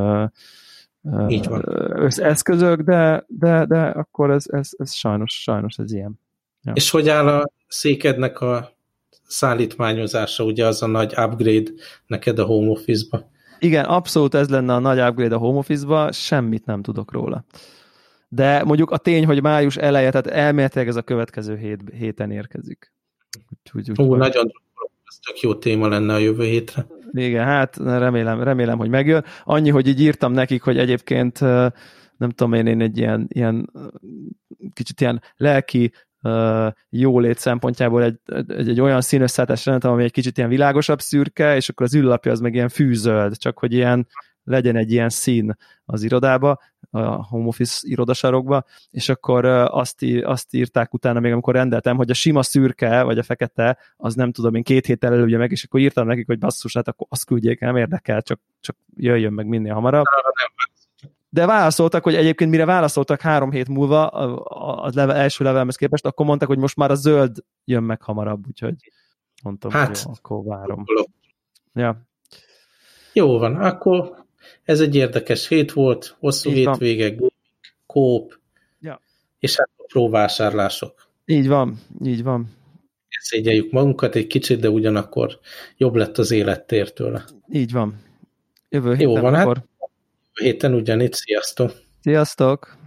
eszközök, de akkor ez sajnos ez ilyen. Ja. És hogy áll a székednek a szállítmányozása, ugye az a nagy upgrade neked a home office-ba? Igen, abszolút ez lenne a nagy upgrade a home office-ba, semmit nem tudok róla. De mondjuk a tény, hogy május eleje, tehát elméletileg ez a következő héten érkezik. Nagyon ez tök jó téma lenne a jövő hétre. Igen, hát remélem, hogy megjön. Annyi, hogy így írtam nekik, hogy egyébként nem tudom én egy ilyen kicsit ilyen lelki jólét szempontjából egy olyan színösszeállítást rendben, ami egy kicsit ilyen világosabb szürke, és akkor az űrlapja az meg ilyen fűzöld, csak hogy ilyen legyen egy ilyen szín az irodába, a home office irodasarokba, és akkor azt írták utána még, amikor rendeltem, hogy a sima szürke, vagy a fekete, az nem tudom én 2 héttel előbb meg, és akkor írtam nekik, hogy basszus, hát akkor azt küldjék, nem érdekel, csak jöjjön meg minél hamarabb. De válaszoltak, hogy egyébként mire válaszoltak 3 hét múlva az első levelemhez képest, akkor mondták, hogy most már a zöld jön meg hamarabb, úgyhogy mondtam, hát, hogy jó, akkor várom. Ja. Jó van, akkor ez egy érdekes hét volt, hosszú hétvége, kóp, ja. és hát a próvásárlások. Így van. Szégyeljük magunkat egy kicsit, de ugyanakkor jobb lett az élet tőle. Így van. Jövő héten jó van, akkor. Hát héten ugyanitt, sziasztok! Sziasztok!